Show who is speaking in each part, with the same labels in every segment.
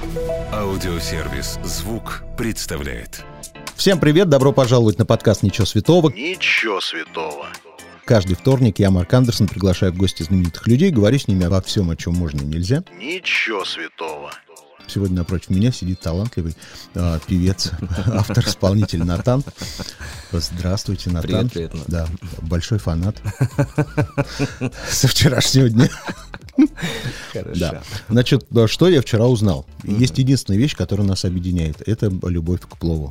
Speaker 1: Аудиосервис «Звук» представляет.
Speaker 2: Всем привет, добро пожаловать на подкаст «Ничего святого».
Speaker 1: Ничего святого.
Speaker 2: Каждый вторник я, Марк Андерсон, приглашаю в гости знаменитых людей, говорю с ними обо всем, о чем можно и нельзя.
Speaker 1: Ничего святого.
Speaker 2: Сегодня напротив меня сидит талантливый певец, автор-исполнитель Натан. Здравствуйте, Натан.
Speaker 3: Привет.
Speaker 2: Да, большой фанат со вчерашнего дня.
Speaker 3: Хорошо.
Speaker 2: Да. Значит, что я вчера узнал? Есть единственная вещь, которая нас объединяет. Это любовь к плову.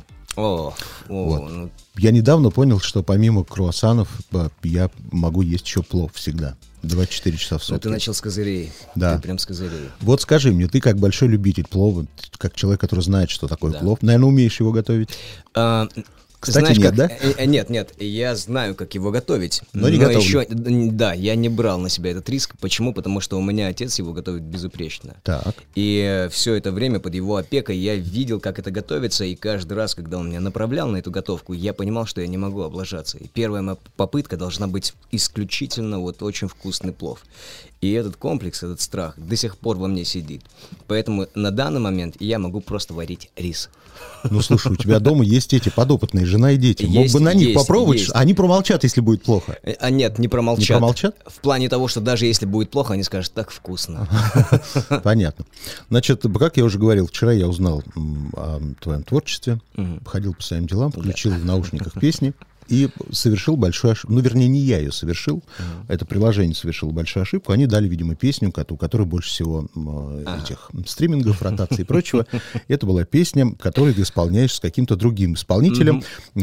Speaker 2: Вот. Я недавно понял, что помимо круассанов я могу есть еще плов всегда. 24 часа в сутки.
Speaker 3: Ну, ты начал с козырей.
Speaker 2: Да.
Speaker 3: Ты прям с козырей.
Speaker 2: Вот скажи мне, ты как большой любитель плова, как человек, который знает, что такое плов, наверное, умеешь его готовить? Кстати,
Speaker 3: знаешь,
Speaker 2: нет,
Speaker 3: как,
Speaker 2: да?
Speaker 3: Нет, я знаю, как его готовить.
Speaker 2: Но не готовлю.
Speaker 3: Еще, да, я не брал на себя этот риск. Почему? Потому что у меня отец его готовит безупречно.
Speaker 2: Так.
Speaker 3: И все это время под его опекой я видел, как это готовится, и каждый раз, когда он меня направлял на эту готовку, я понимал, что я не могу облажаться. И первая моя попытка должна быть исключительно вот очень вкусный плов. И этот комплекс, этот страх до сих пор во мне сидит. Поэтому на данный момент я могу просто варить рис.
Speaker 2: Ну, слушай, у тебя дома есть эти подопытные, жена и дети. Мог бы на них попробовать, они промолчат, если будет плохо.
Speaker 3: Нет, не промолчат.
Speaker 2: Не промолчат?
Speaker 3: В плане того, что даже если будет плохо, они скажут, так вкусно.
Speaker 2: Понятно. Значит, как я уже говорил, вчера я узнал о твоем творчестве, ходил по своим делам, включил в наушниках песни и совершил большую ошибку. Ну, вернее, не я ее совершил, это приложение совершило большую ошибку. Они дали, видимо, песню, у которой больше всего этих стримингов, ротаций и прочего. Это была песня, которую ты исполняешь с каким-то другим исполнителем.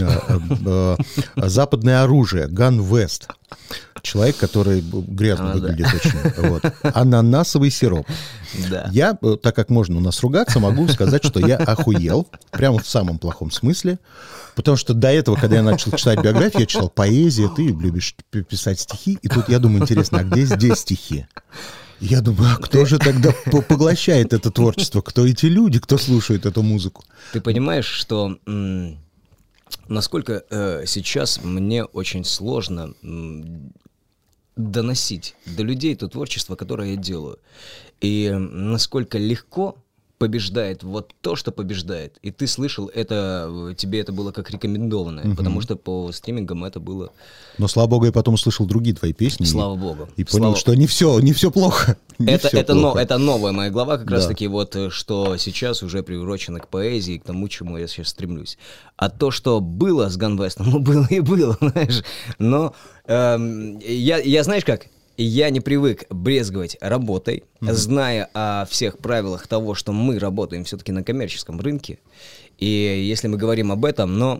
Speaker 2: «Западное оружие», Gun West. Человек, который грязно выглядит очень. Вот. Ананасовый сироп.
Speaker 3: Да.
Speaker 2: Я, так как можно у нас ругаться, могу сказать, что я охуел, прямо в самом плохом смысле, потому что до этого, когда я начал читать биографию, я читал поэзию, ты любишь писать стихи, и тут я думаю, интересно, а где здесь стихи? Я думаю, а кто же тогда поглощает это творчество? Кто эти люди, кто слушает эту музыку?
Speaker 3: Ты понимаешь, что насколько сейчас мне очень сложно доносить до людей то творчество, которое я делаю. И насколько легко побеждает вот то, что побеждает. И ты слышал это, тебе это было как рекомендованное, потому что по стримингам это было...
Speaker 2: Но, слава богу, я потом услышал другие твои песни.
Speaker 3: Слава богу.
Speaker 2: И понял, что не все плохо.
Speaker 3: Это новая моя глава, как раз-таки вот, что сейчас уже приурочено к поэзии, к тому, чему я сейчас стремлюсь. А то, что было с Gun West, ну, было и было, знаешь. Но я знаешь как? Я не привык брезговать работой, зная о всех правилах того, что мы работаем все-таки на коммерческом рынке. И если мы говорим об этом, но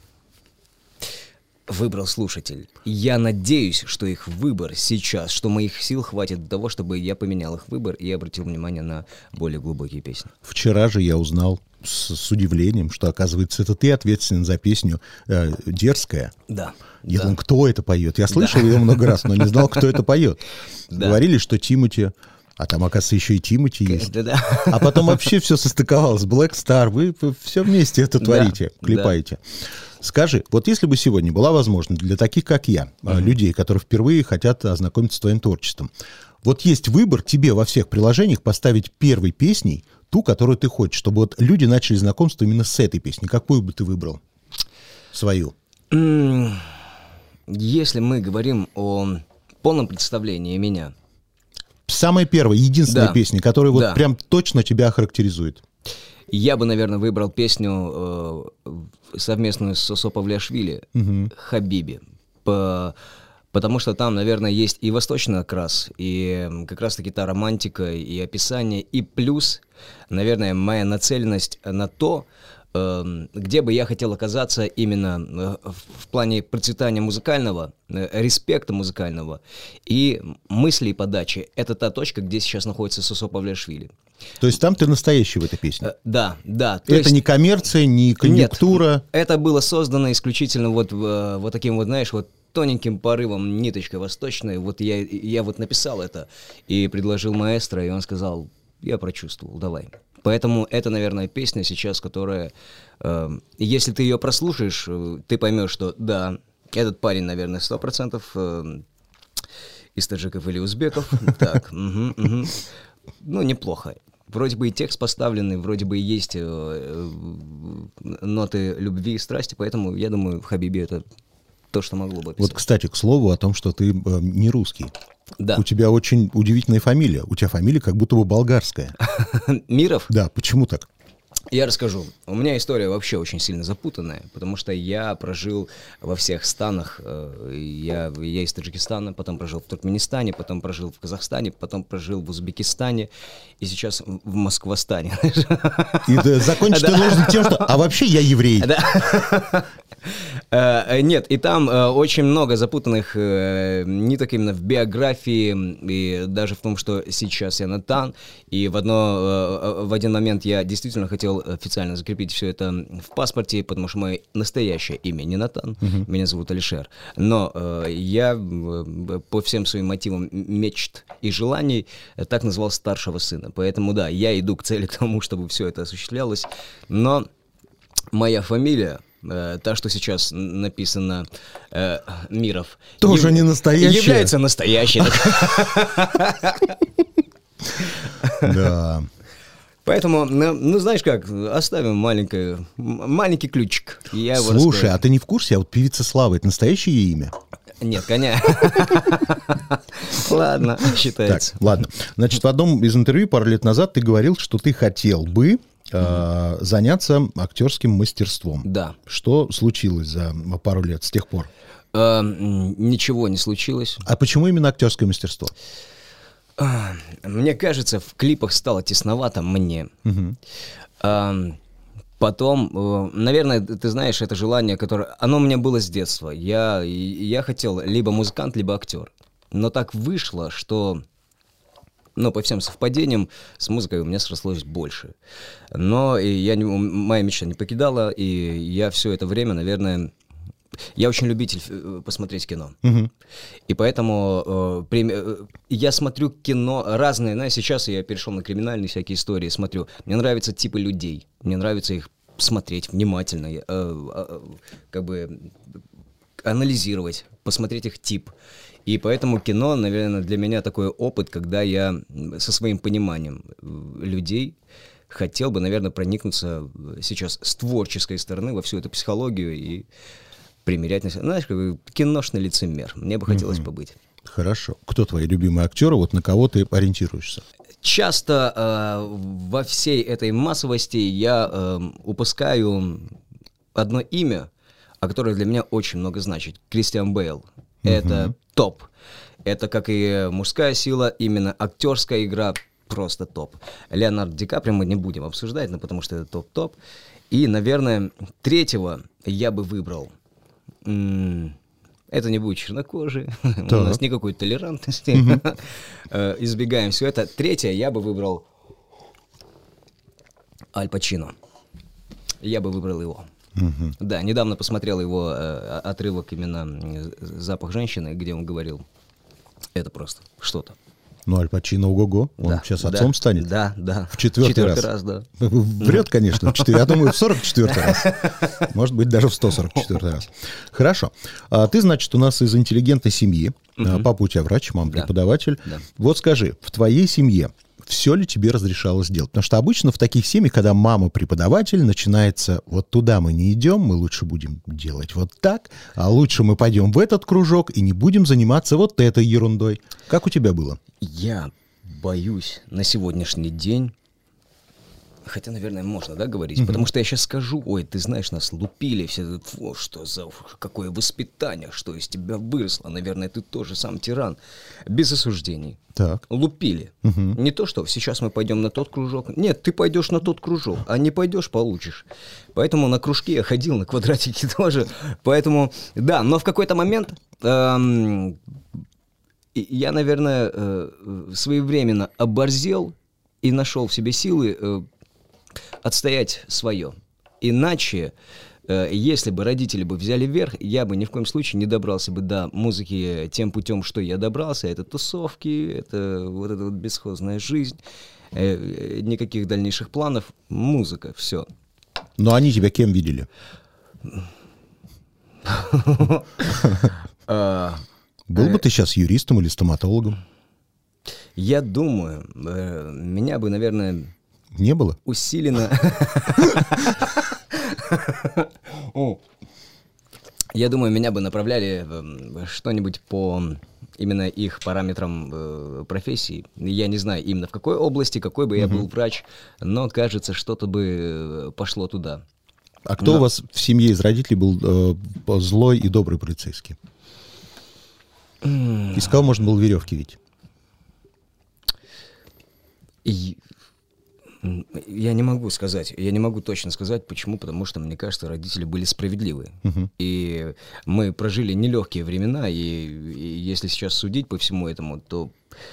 Speaker 3: выбрал слушатель. Я надеюсь, что их выбор сейчас, что моих сил хватит для того, чтобы я поменял их выбор и обратил внимание на более глубокие песни.
Speaker 2: Вчера же я узнал с удивлением, что, оказывается, это ты ответственен за песню «Дерзкая».
Speaker 3: Да.
Speaker 2: Я думал, кто это поет? Я слышал ее много раз, но не знал, кто это поет. Говорили, что Тимати, а там, оказывается, еще и Тимати есть. А потом вообще все состыковалось. Black Star, вы все вместе это творите, клепаете. Скажи, вот если бы сегодня была возможность для таких, как я, людей, которые впервые хотят ознакомиться с твоим творчеством, вот есть выбор тебе во всех приложениях поставить первой песней ту, которую ты хочешь, чтобы вот люди начали знакомство именно с этой песней. Какую бы ты выбрал? Свою.
Speaker 3: Если мы говорим о полном представлении меня.
Speaker 2: Самая первая, единственная песня, которая вот прям точно тебя характеризует.
Speaker 3: Я бы, наверное, выбрал песню совместную с Сосо Павлиашвили «Хабиби». Потому что там, наверное, есть и восточный окрас, и как раз-таки та романтика, и описание, и плюс, наверное, моя нацеленность на то, где бы я хотел оказаться именно в плане процветания музыкального, респекта музыкального и мысли и подачи. Это та точка, где сейчас находится Сосо Павлиашвили.
Speaker 2: То есть там ты настоящий в этой песне?
Speaker 3: Да.
Speaker 2: Это не коммерция, не конъюнктура?
Speaker 3: Нет, это было создано исключительно вот таким вот, знаешь, вот тоненьким порывом, ниточкой восточной. Вот я вот написал это и предложил маэстро, и он сказал, я прочувствовал, давай. Поэтому это, наверное, песня сейчас, которая, если ты ее прослушаешь, ты поймешь, что да, этот парень, наверное, 100% из таджиков или узбеков. Так, ну, неплохо. Вроде бы и текст поставленный, вроде бы и есть ноты любви и страсти, поэтому я думаю, в «Хабиби» это то, что могло бы описать.
Speaker 2: Вот, кстати, к слову о том, что ты не русский.
Speaker 3: Да.
Speaker 2: У тебя очень удивительная фамилия. У тебя фамилия как будто бы болгарская.
Speaker 3: Миров?
Speaker 2: Да, почему так?
Speaker 3: Я расскажу. У меня история вообще очень сильно запутанная, потому что я прожил во всех странах. Я из Таджикистана, потом прожил в Туркменистане, потом прожил в Казахстане, потом прожил в Узбекистане и сейчас в Москвостане.
Speaker 2: И закончить ты должен тем, что «а вообще я еврей».
Speaker 3: Нет, и там очень много запутанных ниток именно в биографии, и даже в том, что сейчас я Натан, и в один момент я действительно хотел официально закрепить все это в паспорте, потому что мое настоящее имя не Натан, меня зовут Алишер, но я по всем своим мотивам мечт и желаний так назвал старшего сына, поэтому да, я иду к цели, к тому, чтобы все это осуществлялось, но моя фамилия, та, что сейчас написано Миров,
Speaker 2: тоже не настоящая.
Speaker 3: Является настоящей.
Speaker 2: Да.
Speaker 3: Поэтому, ну, знаешь как, оставим маленький ключик.
Speaker 2: Слушай, а ты не в курсе? А вот певица Слава — это настоящее имя?
Speaker 3: Нет, коня. Ладно, считается.
Speaker 2: Так, ладно. Значит, в одном из интервью пару лет назад ты говорил, что ты хотел бы заняться актерским мастерством.
Speaker 3: Да.
Speaker 2: Что случилось за пару лет с тех пор?
Speaker 3: Ничего не случилось.
Speaker 2: А почему именно актерское мастерство?
Speaker 3: Мне кажется, в клипах стало тесновато мне. Потом, наверное, ты знаешь, это желание, которое... Оно у меня было с детства. Я хотел либо музыкант, либо актер. Но так вышло, что... Но по всем совпадениям с музыкой у меня срослось больше. Но моя мечта не покидала, и я все это время, наверное... Я очень любитель посмотреть кино. И поэтому я смотрю кино разные. Знаешь, сейчас я перешел на криминальные всякие истории, смотрю. Мне нравятся типы людей. Мне нравится их смотреть внимательно, как бы анализировать, посмотреть их тип. И поэтому кино, наверное, для меня такой опыт, когда я со своим пониманием людей хотел бы, наверное, проникнуться сейчас с творческой стороны во всю эту психологию и примерять на себя. Знаешь, как бы киношный лицемер. Мне бы хотелось побыть.
Speaker 2: Хорошо. Кто твои любимые актеры? Вот на кого ты ориентируешься?
Speaker 3: Часто во всей этой массовости я упускаю одно имя, которое для меня очень много значит. Кристиан Бейл. Это топ. Это как и мужская сила, именно актерская игра просто топ. Леонардо Ди Каприо мы не будем обсуждать, но потому что это топ-топ. И, наверное, третьего я бы выбрал. Это не будет чернокожий, у нас никакой толерантности, избегаем все это. Третье я бы выбрал Аль Пачино. Я бы выбрал его. Да, недавно посмотрел его отрывок именно «Запах женщины», где он говорил, это просто что-то.
Speaker 2: Ну, Аль Пачино ого-го, он сейчас отцом станет.
Speaker 3: Да.
Speaker 2: В четвертый раз, да. Врет, конечно, я думаю, в 44-й раз. Может быть, даже в 144-й раз. Хорошо. Ты, значит, у нас из интеллигентной семьи. Папа у тебя врач, мама преподаватель.
Speaker 3: Да.
Speaker 2: Вот скажи, в твоей семье все ли тебе разрешалось делать? Потому что обычно в таких семьях, когда мама преподаватель, начинается: вот туда мы не идем, мы лучше будем делать вот так, а лучше мы пойдем в этот кружок и не будем заниматься вот этой ерундой. Как у тебя было?
Speaker 3: Я боюсь на сегодняшний день, хотя, наверное, можно, да, говорить, потому что я сейчас скажу: ой, ты знаешь, нас лупили, все, что за какое воспитание, что из тебя выросло, наверное, ты тоже сам тиран. Без осуждений.
Speaker 2: Так.
Speaker 3: Лупили. Не то, что сейчас мы пойдем на тот кружок. Нет, ты пойдешь на тот кружок, а не пойдешь — получишь. Поэтому на кружки я ходил, на квадратики тоже. Поэтому, да, но в какой-то момент я, наверное, своевременно оборзел и нашел в себе силы отстоять свое. Иначе, если бы родители бы взяли вверх, я бы ни в коем случае не добрался бы до музыки тем путем, что я добрался. Это тусовки, это вот эта вот бесхозная жизнь, никаких дальнейших планов, музыка, все.
Speaker 2: Но они тебя кем видели? Был бы ты сейчас юристом или стоматологом?
Speaker 3: Я думаю, меня бы, наверное,
Speaker 2: Не было?
Speaker 3: Усиленно. Я думаю, меня бы направляли что-нибудь по именно их параметрам профессии. Я не знаю именно в какой области, какой бы я был врач, но, кажется, что-то бы пошло туда.
Speaker 2: А кто у вас в семье из родителей был злой и добрый полицейский? Из кого можно было веревки видеть?
Speaker 3: Я не могу сказать, я не могу точно сказать, почему, потому что, мне кажется, родители были справедливы. И мы прожили нелегкие времена, и если сейчас судить по всему этому, то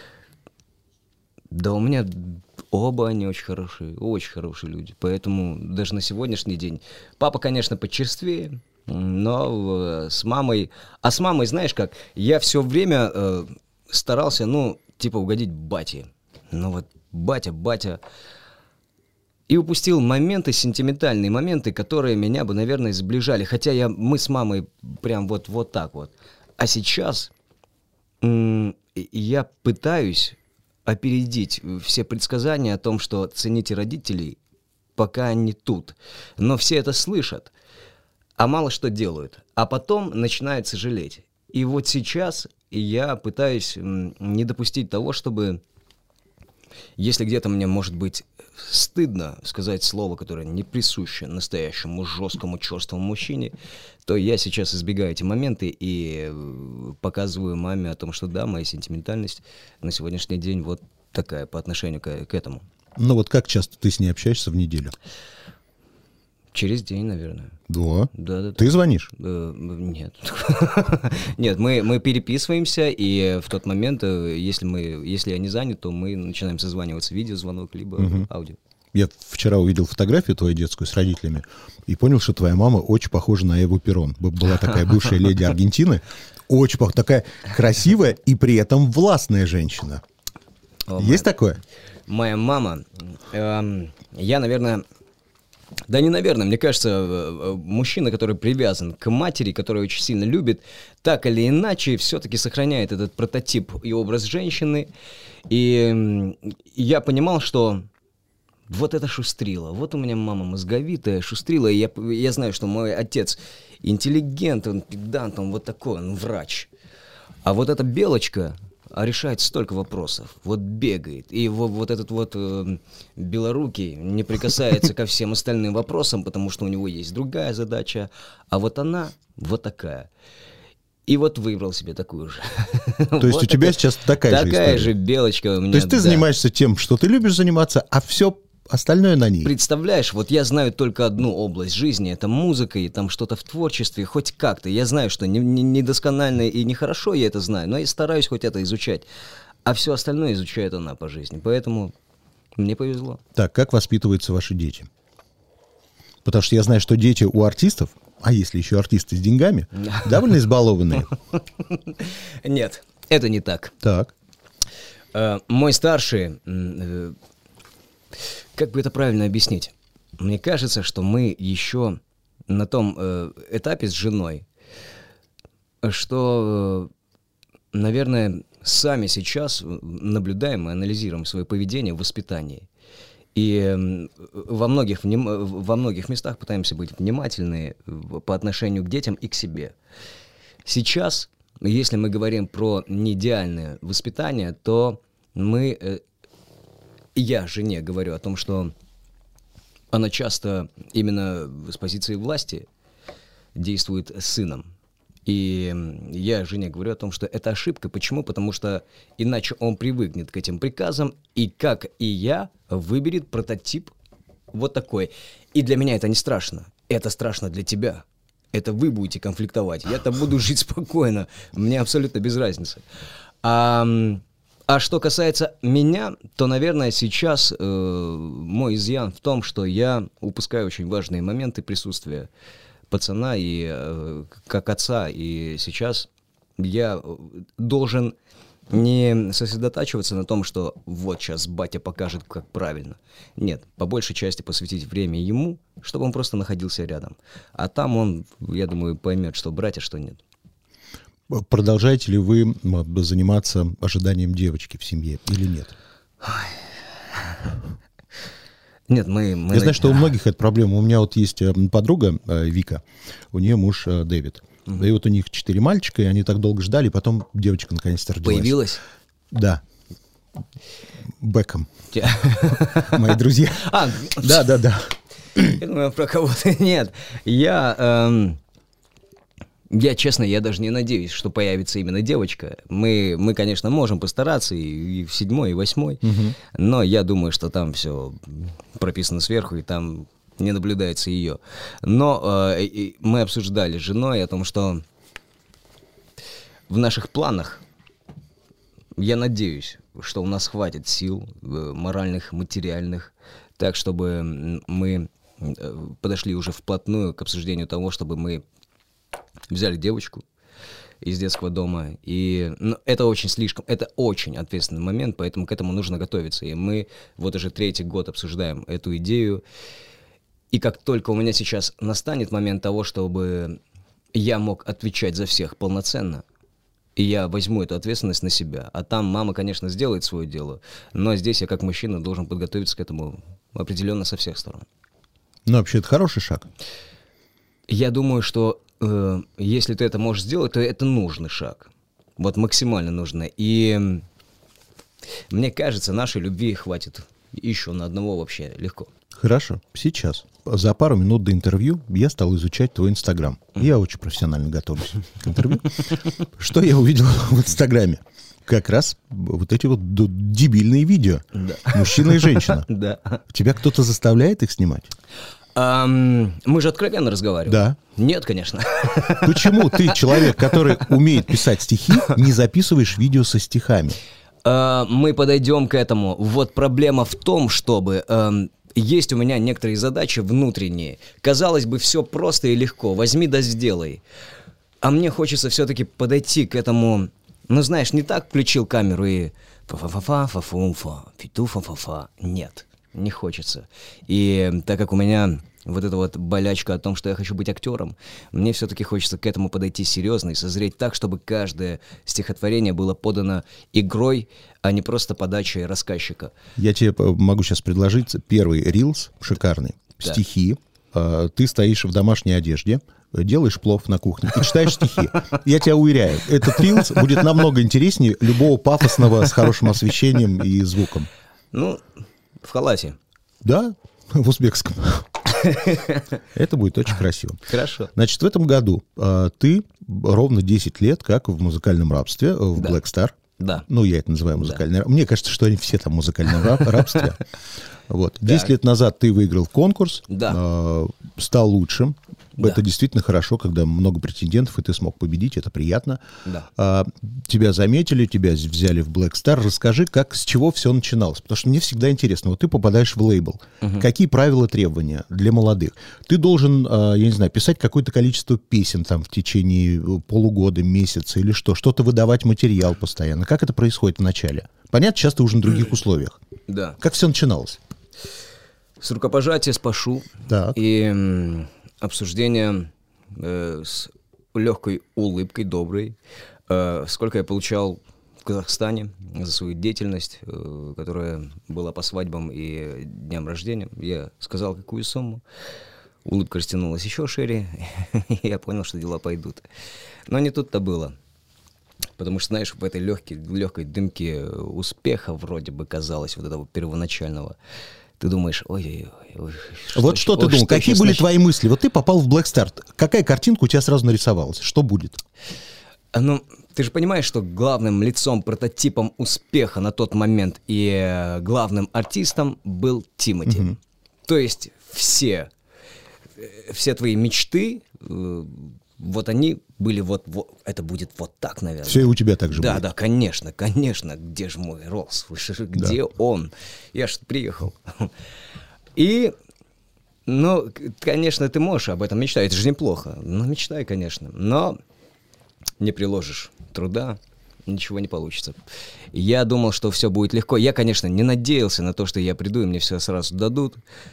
Speaker 3: да, у меня оба они очень хорошие люди. Поэтому даже на сегодняшний день папа, конечно, почерствее, но с мамой... А с мамой, знаешь как, я все время старался, угодить бате. Ну вот батя... И упустил моменты, сентиментальные моменты, которые меня бы, наверное, сближали. Хотя мы с мамой прям вот так вот. А сейчас я пытаюсь опередить все предсказания о том, что цените родителей, пока они тут. Но все это слышат, а мало что делают. А потом начинают сожалеть. И вот сейчас я пытаюсь не допустить того, чтобы... Если где-то мне, может быть, стыдно сказать слово, которое не присуще настоящему жесткому, черствому мужчине, то я сейчас избегаю эти моменты и показываю маме о том, что да, моя сентиментальность на сегодняшний день вот такая по отношению к этому.
Speaker 2: Ну вот как часто ты с ней общаешься в неделю?
Speaker 3: Через день, наверное.
Speaker 2: Да. Ты звонишь?
Speaker 3: Нет. Нет, мы переписываемся, и в тот момент, если я не занят, то мы начинаем созваниваться, видеозвонок, либо аудио.
Speaker 2: Я вчера увидел фотографию твою детскую с родителями и понял, что твоя мама очень похожа на Эву Перрон. Была такая бывшая леди Аргентины, очень похожа, такая красивая и при этом властная женщина. Есть такое?
Speaker 3: Моя мама, я, наверное... Да не, наверное, мне кажется, мужчина, который привязан к матери, который очень сильно любит, так или иначе все-таки сохраняет этот прототип и образ женщины. И я понимал, что вот это шустрила. Вот у меня мама мозговитая, шустрила. И я знаю, что мой отец интеллигент, он педант, он вот такой, он врач. А вот эта белочка... решает столько вопросов, вот бегает, и вот этот вот белорукий не прикасается ко всем остальным вопросам, потому что у него есть другая задача, а вот она вот такая. И вот выбрал себе такую же.
Speaker 2: То есть у тебя сейчас такая же история?
Speaker 3: Такая же белочка у меня.
Speaker 2: То есть ты занимаешься тем, что ты любишь заниматься, а все остальное на ней.
Speaker 3: Представляешь, вот я знаю только одну область жизни, это музыка и там что-то в творчестве, хоть как-то. Я знаю, что недосконально и нехорошо я это знаю, но я стараюсь хоть это изучать. А все остальное изучает она по жизни, поэтому мне повезло.
Speaker 2: Так, как воспитываются ваши дети? Потому что я знаю, что дети у артистов, а если еще артисты с деньгами, довольно избалованные.
Speaker 3: Нет, это не так.
Speaker 2: Так.
Speaker 3: Мой старший... Как бы это правильно объяснить? Мне кажется, что мы еще на том этапе с женой, что, наверное, сами сейчас наблюдаем и анализируем свое поведение в воспитании. И во многих местах пытаемся быть внимательны по отношению к детям и к себе. Сейчас, если мы говорим про неидеальное воспитание, то я жене говорю о том, что она часто именно с позиции власти действует с сыном. И я жене говорю о том, что это ошибка. Почему? Потому что иначе он привыкнет к этим приказам, и, как и я, выберет прототип вот такой. И для меня это не страшно. Это страшно для тебя. Это вы будете конфликтовать. Я-то буду жить спокойно. Мне абсолютно без разницы. А что касается меня, то, наверное, сейчас мой изъян в том, что я упускаю очень важные моменты присутствия пацана и как отца. И сейчас я должен не сосредотачиваться на том, что вот сейчас батя покажет, как правильно. Нет, по большей части посвятить время ему, чтобы он просто находился рядом. А там он, я думаю, поймет, что брать, а что нет.
Speaker 2: Продолжаете ли вы заниматься ожиданием девочки в семье или нет?
Speaker 3: Нет,
Speaker 2: Я знаю, что у многих это проблема. У меня вот есть подруга Вика, у нее муж Дэвид. Да и вот у них 4 мальчика, и они так долго ждали, потом девочка наконец-то родилась.
Speaker 3: Появилась?
Speaker 2: Да. Бекхэм. Мои друзья. Да.
Speaker 3: Я думаю, про кого-то нет. Я, честно, я даже не надеюсь, что появится именно девочка. Мы, конечно, можем постараться и в 7-й, и в 8-й, но я думаю, что там все прописано сверху, и там не наблюдается ее. Но мы обсуждали с женой о том, что в наших планах, я надеюсь, что у нас хватит сил моральных, материальных, так, чтобы мы подошли уже вплотную к обсуждению того, чтобы мы взяли девочку из детского дома, и это очень ответственный момент, поэтому к этому нужно готовиться, и мы вот уже 3-й год обсуждаем эту идею, и как только у меня сейчас настанет момент того, чтобы я мог отвечать за всех полноценно, и я возьму эту ответственность на себя, а там мама, конечно, сделает свое дело, но здесь я как мужчина должен подготовиться к этому определенно со всех сторон.
Speaker 2: Ну, вообще, это хороший шаг.
Speaker 3: Я думаю, что если ты это можешь сделать, то это нужный шаг. Вот максимально нужно. И мне кажется, нашей любви хватит еще на одного вообще легко.
Speaker 2: Хорошо. Сейчас, за пару минут до интервью, я стал изучать твой Инстаграм. Я очень профессионально готовлюсь к интервью. Что я увидел в Инстаграме? Как раз вот эти вот дебильные видео. Мужчина и женщина. Тебя кто-то заставляет их снимать?
Speaker 3: Мы же откровенно разговариваем.
Speaker 2: Да.
Speaker 3: Нет, конечно.
Speaker 2: Почему ты, человек, который умеет писать стихи, не записываешь видео со стихами?
Speaker 3: Мы подойдем к этому. Вот проблема в том, чтобы... есть у меня некоторые задачи внутренние. Казалось бы, все просто и легко. Возьми да сделай. А мне хочется все-таки подойти к этому... Ну, знаешь, не так включил камеру и... Фа-фа-фа-фа-фа-фа-фа, фиту-фа-фа-фа. Нет, не хочется. И так как у меня... вот эта вот болячка о том, что я хочу быть актером, мне все-таки хочется к этому подойти серьезно и созреть так, чтобы каждое стихотворение было подано игрой, а не просто подачей рассказчика.
Speaker 2: Я тебе могу сейчас предложить первый рилс, шикарный, да. Стихи. Ты стоишь в домашней одежде, делаешь плов на кухне и читаешь стихи. Я тебя уверяю, этот рилс будет намного интереснее любого пафосного с хорошим освещением и звуком.
Speaker 3: Ну, в халате.
Speaker 2: Да, в узбекском. Это будет очень красиво.
Speaker 3: Хорошо.
Speaker 2: Значит, в этом году ты ровно 10 лет как в музыкальном рабстве, в Black Star.
Speaker 3: Да.
Speaker 2: Ну, я это называю музыкальное рабство. Мне кажется, что они все там в музыкальном рабстве. Вот. 10 лет назад ты выиграл конкурс, стал лучшим. Это действительно хорошо, когда много претендентов, и ты смог победить, это приятно.
Speaker 3: Да.
Speaker 2: Тебя заметили, тебя взяли в Black Star. Расскажи, с чего все начиналось. Потому что мне всегда интересно. Вот ты попадаешь в лейбл. Какие правила, требования для молодых? Ты должен, я не знаю, писать какое-то количество песен там в течение полугода, месяца или что? Что-то выдавать материал постоянно. Как это происходит вначале? Понятно, сейчас ты уже на других условиях.
Speaker 3: Да.
Speaker 2: Как все начиналось?
Speaker 3: С рукопожатия, с пашу.
Speaker 2: Так.
Speaker 3: И обсуждение с легкой улыбкой, доброй. Сколько я получал в Казахстане за свою деятельность, которая была по свадьбам и дням рождения. Я сказал, какую сумму. Улыбка растянулась еще шире, и я понял, что дела пойдут. Но не тут-то было. Потому что, знаешь, в этой легкой дымке успеха вроде бы казалось вот этого первоначального. Ты думаешь, ой-ой-ой.
Speaker 2: Вот что ты думал? Какие были твои мысли? Вот ты попал в Black Star. Какая картинка у тебя сразу нарисовалась? Что будет?
Speaker 3: Ну, ты же понимаешь, что главным лицом, прототипом успеха на тот момент и главным артистом был Тимати. То есть все твои мечты, вот они были вот это будет вот так, наверное.
Speaker 2: Все и у тебя так же будет.
Speaker 3: Да, конечно. Где же мой Роллс? Где он? Я ж приехал. И, ну, конечно, ты можешь об этом мечтать. Это же неплохо. Ну, мечтай, конечно. Но не приложишь труда, ничего не получится. Я думал, что все будет легко. Я, конечно, не надеялся на то, что я приду, и мне все сразу дадут.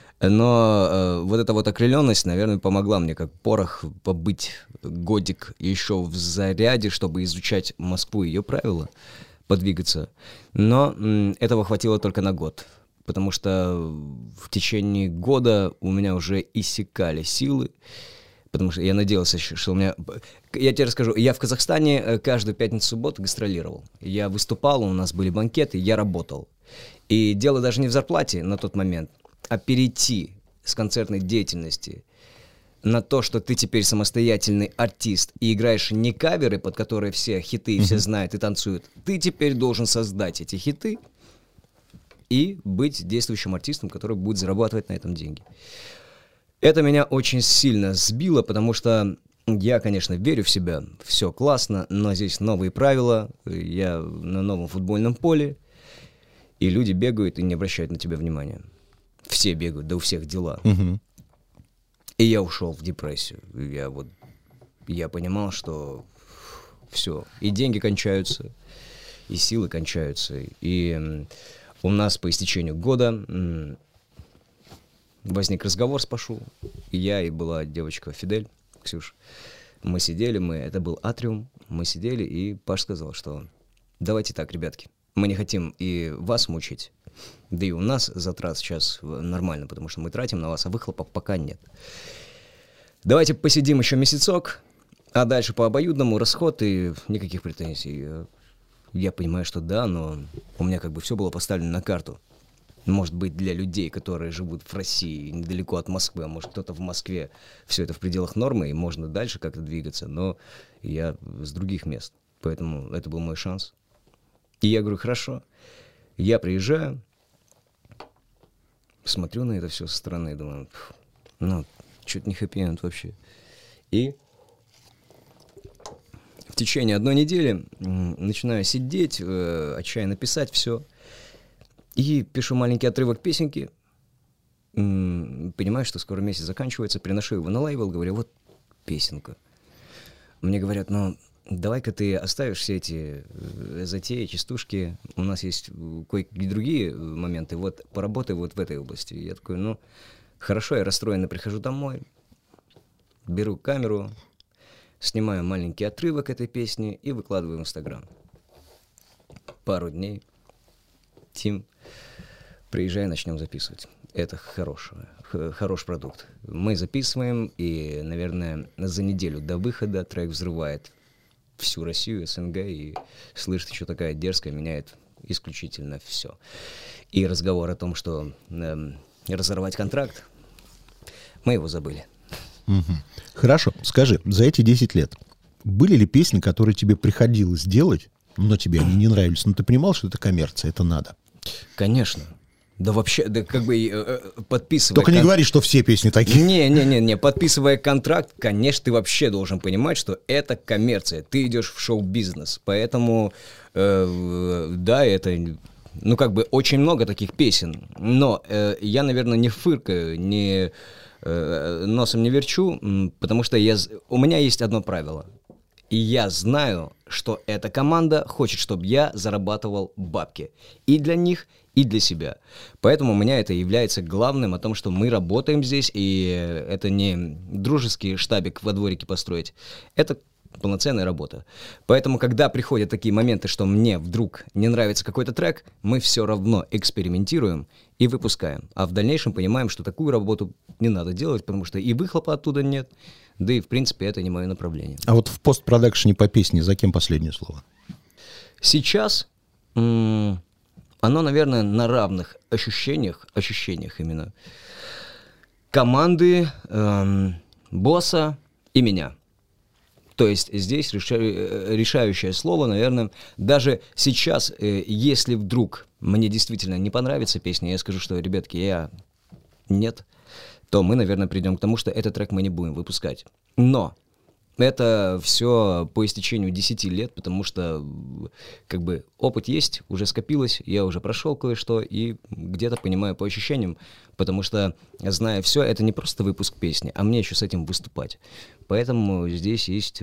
Speaker 3: Но вот эта вот окрыленность, наверное, помогла мне как порох побыть годик еще в заряде, чтобы изучать Москву и ее правила, подвигаться. Но этого хватило только на год. потому что в течение года у меня уже иссякали силы, потому что я надеялся, что у меня... Я тебе расскажу, я в Казахстане каждую пятницу-субботу гастролировал. Я выступал, у нас были банкеты, я работал. И дело даже не в зарплате на тот момент, а перейти с концертной деятельности на то, что ты теперь самостоятельный артист и играешь не каверы, под которые все хиты, все знают и танцуют. Ты теперь должен создать эти хиты и быть действующим артистом, который будет зарабатывать на этом деньги. Это меня очень сильно сбило, потому что я, конечно, верю в себя, все классно, но здесь новые правила, я на новом футбольном поле, и люди бегают и не обращают на тебя внимания. Все бегают, да у всех дела. И я ушел в депрессию. Я понимал, что все, и деньги кончаются, и силы кончаются. И у нас по истечению года возник разговор с Пашу. И я, и была девочка Фидель, Ксюша. Мы сидели, это был атриум, мы сидели, и Паш сказал, что давайте так, ребятки, мы не хотим и вас мучить, да и у нас затрат сейчас нормально, потому что мы тратим на вас, а выхлопа пока нет. Давайте посидим еще месяцок, а дальше по обоюдному расход и никаких претензий. Я понимаю, что да, но у меня как бы все было поставлено на карту. Может быть, для людей, которые живут в России, недалеко от Москвы, а может кто-то в Москве, все это в пределах нормы, и можно дальше как-то двигаться, но я с других мест, поэтому это был мой шанс. И я говорю, хорошо, я приезжаю, смотрю на это все со стороны и думаю, что-то не хэппи-энд вообще. И в течение 1 недели начинаю сидеть, отчаянно писать все. И пишу маленький отрывок песенки. Понимаю, что скоро месяц заканчивается, приношу его на лейбл, говорю, вот песенка. Мне говорят, давай-ка ты оставишь все эти затеи, частушки, у нас есть кое-какие другие моменты, вот поработай вот в этой области. И я такой, хорошо, я расстроенно прихожу домой, беру камеру, снимаю маленький отрывок этой песни и выкладываю в Инстаграм. Пару дней. Тим, приезжай, начнем записывать. Это хороший продукт. Мы записываем, и, наверное, за неделю до выхода трек взрывает всю Россию, СНГ, и слышит, что такая дерзкая, меняет исключительно все. И разговор о том, что разорвать контракт, мы его забыли.
Speaker 2: Хорошо, скажи, за эти 10 лет были ли песни, которые тебе приходилось делать, но тебе они не нравились, но ты понимал, что это коммерция, это надо?
Speaker 3: Конечно. Да вообще, да как бы подписывая...
Speaker 2: Только не говори, что все песни такие.
Speaker 3: Не, подписывая контракт, конечно, ты вообще должен понимать, что это коммерция. Ты идешь в шоу-бизнес, поэтому, да, это... очень много таких песен. Но я, наверное, не фыркаю, носом не верчу, потому что у меня есть одно правило. И я знаю, что эта команда хочет, чтобы я зарабатывал бабки. И для них, и для себя. Поэтому у меня это является главным о том, что мы работаем здесь, и это не дружеский штабик во дворике построить. Это полноценная работа. Поэтому, когда приходят такие моменты, что мне вдруг не нравится какой-то трек, мы все равно экспериментируем и выпускаем. А в дальнейшем понимаем, что такую работу не надо делать, потому что и выхлопа оттуда нет, да и, в принципе, это не мое направление.
Speaker 2: А вот в постпродакшене по песне за кем последнее слово?
Speaker 3: Сейчас оно, наверное, на равных ощущениях именно, команды, босса и меня. То есть здесь решающее слово, наверное, даже сейчас, если вдруг мне действительно не понравится песня, я скажу, что, ребятки, нет, то мы, наверное, придем к тому, что этот трек мы не будем выпускать. Но это все по истечению 10 лет, потому что как бы опыт есть, уже скопилось, я уже прошел кое-что и где-то понимаю по ощущениям, потому что, зная все, это не просто выпуск песни, а мне еще с этим выступать. Поэтому здесь есть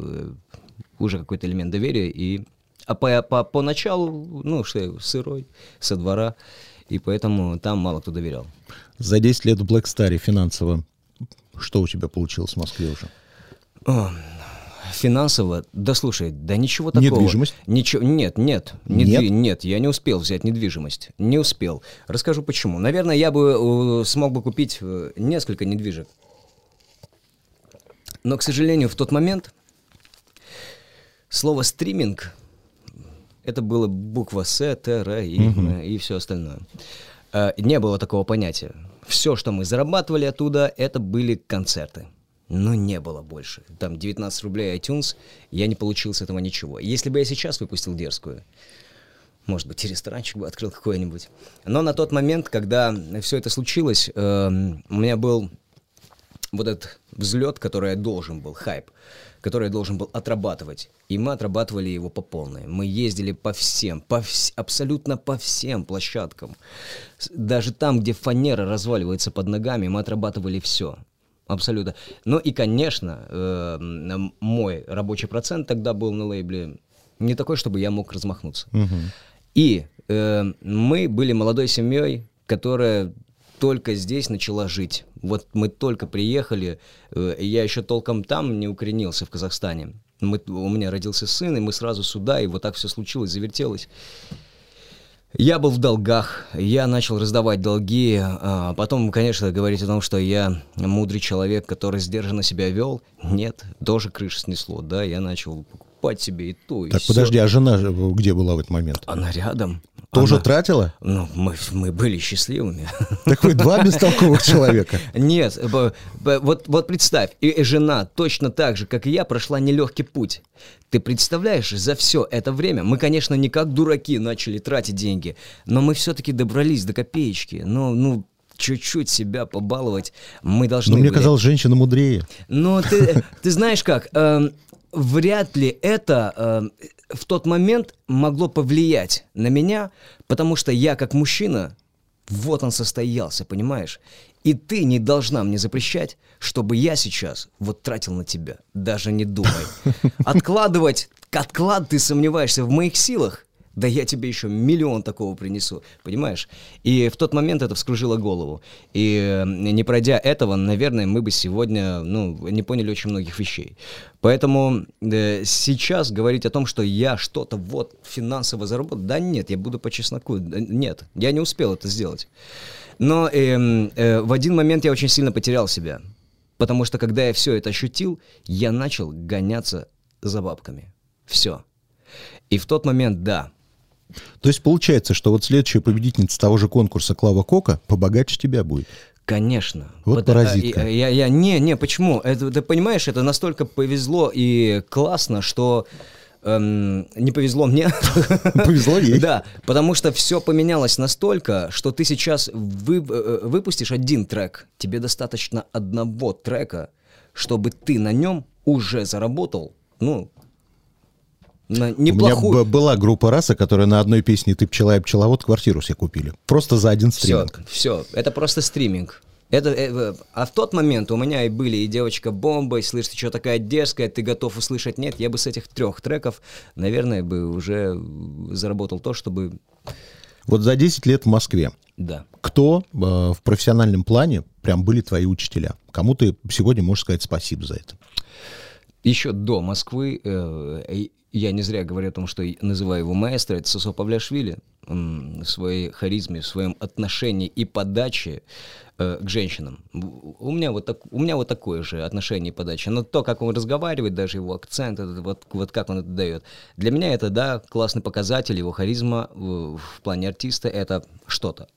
Speaker 3: уже какой-то элемент доверия. А поначалу, сырой, со двора, и поэтому там мало кто доверял.
Speaker 2: За 10 лет в Black Star'е финансово что у тебя получилось в Москве уже?
Speaker 3: Финансово, да слушай, да ничего такого.
Speaker 2: Недвижимость?
Speaker 3: Ничего, нет, я не успел взять недвижимость, не успел. Расскажу почему. Наверное, я бы смог бы купить несколько недвижек. Но, к сожалению, в тот момент слово «стриминг» — это было буква «С», «Т», «Р» и все остальное. Не было такого понятия. Все, что мы зарабатывали оттуда, это были концерты. Но не было больше. Там 19 рублей iTunes, я не получил с этого ничего. Если бы я сейчас выпустил «Дерзкую», может быть, и ресторанчик бы открыл какой-нибудь. Но на тот момент, когда все это случилось, у меня был вот этот взлет, который я должен был, хайп, который я должен был отрабатывать. И мы отрабатывали его по полной. Мы ездили по всем, абсолютно по всем площадкам. Даже там, где фанера разваливается под ногами, мы отрабатывали все. Абсолютно. Ну и, конечно, мой рабочий процент тогда был на лейбле не такой, чтобы я мог размахнуться. И мы были молодой семьей, которая только здесь начала жить. Вот мы только приехали, я еще толком там не укоренился, в Казахстане. У меня родился сын, и мы сразу сюда, и вот так все случилось, завертелось. Я был в долгах, я начал раздавать долги, а потом, конечно, говорить о том, что я мудрый человек, который сдержанно себя вел. Нет, тоже крышу снесло, да, я начал покупать себе и то, и
Speaker 2: так,
Speaker 3: все.
Speaker 2: подожди, а жена где была в этот момент?
Speaker 3: Она рядом.
Speaker 2: Тоже тратила?
Speaker 3: Ну, мы были счастливыми.
Speaker 2: Так вы два бестолковых человека.
Speaker 3: Нет, вот представь, и жена точно так же, как и я, прошла нелегкий путь. Ты представляешь, за все это время мы, конечно, не как дураки начали тратить деньги, но мы все-таки добрались до копеечки. Ну, чуть-чуть себя побаловать мы должны.
Speaker 2: Но мне казалось, женщина мудрее.
Speaker 3: Ну, ты знаешь как, вряд ли это в тот момент могло повлиять на меня, потому что я как мужчина, вот он состоялся, понимаешь? И ты не должна мне запрещать, чтобы я сейчас вот тратил на тебя. Даже не думай. Откладывать, ты сомневаешься в моих силах? Да я тебе еще миллион такого принесу, понимаешь? И в тот момент это вскружило голову. И не пройдя этого, наверное, мы бы сегодня, не поняли очень многих вещей. Поэтому сейчас говорить о том, что я что-то вот финансово заработал, да нет, я буду по чесноку. Нет, я не успел это сделать. Но в один момент я очень сильно потерял себя. Потому что когда я все это ощутил, я начал гоняться за бабками. Все. И в тот момент, да.
Speaker 2: То есть получается, что вот следующая победительница того же конкурса Клава Кока побогаче тебя будет?
Speaker 3: Конечно.
Speaker 2: Вот паразитка.
Speaker 3: Почему? Ты понимаешь, это настолько повезло и классно, что не повезло мне.
Speaker 2: Повезло ей.
Speaker 3: Да, потому что все поменялось настолько, что ты сейчас выпустишь один трек, тебе достаточно одного трека, чтобы ты на нем уже заработал, неплохую.
Speaker 2: У меня была группа «Раса», которая на одной песне «Ты пчела и пчеловод» квартиру себе купили. Просто за один стриминг.
Speaker 3: Все, это просто стриминг. А в тот момент у меня и были и «Девочка-бомба», и «Слышь, ты что такая дерзкая, ты готов услышать?» Нет, я бы с этих 3 треков, наверное, бы уже заработал то, чтобы...
Speaker 2: Вот за 10 лет в Москве.
Speaker 3: Да.
Speaker 2: Кто в профессиональном плане прям были твои учителя? Кому ты сегодня можешь сказать спасибо за это?
Speaker 3: Еще до Москвы, я не зря говорю о том, что называю его маэстро, это Сосо Павлиашвили в своей харизме, в своем отношении и подаче к женщинам. У меня вот такое же отношение и подача. Но то, как он разговаривает, даже его акцент, вот как он это дает, для меня это, да, классный показатель, его харизма в плане артиста, это что-то.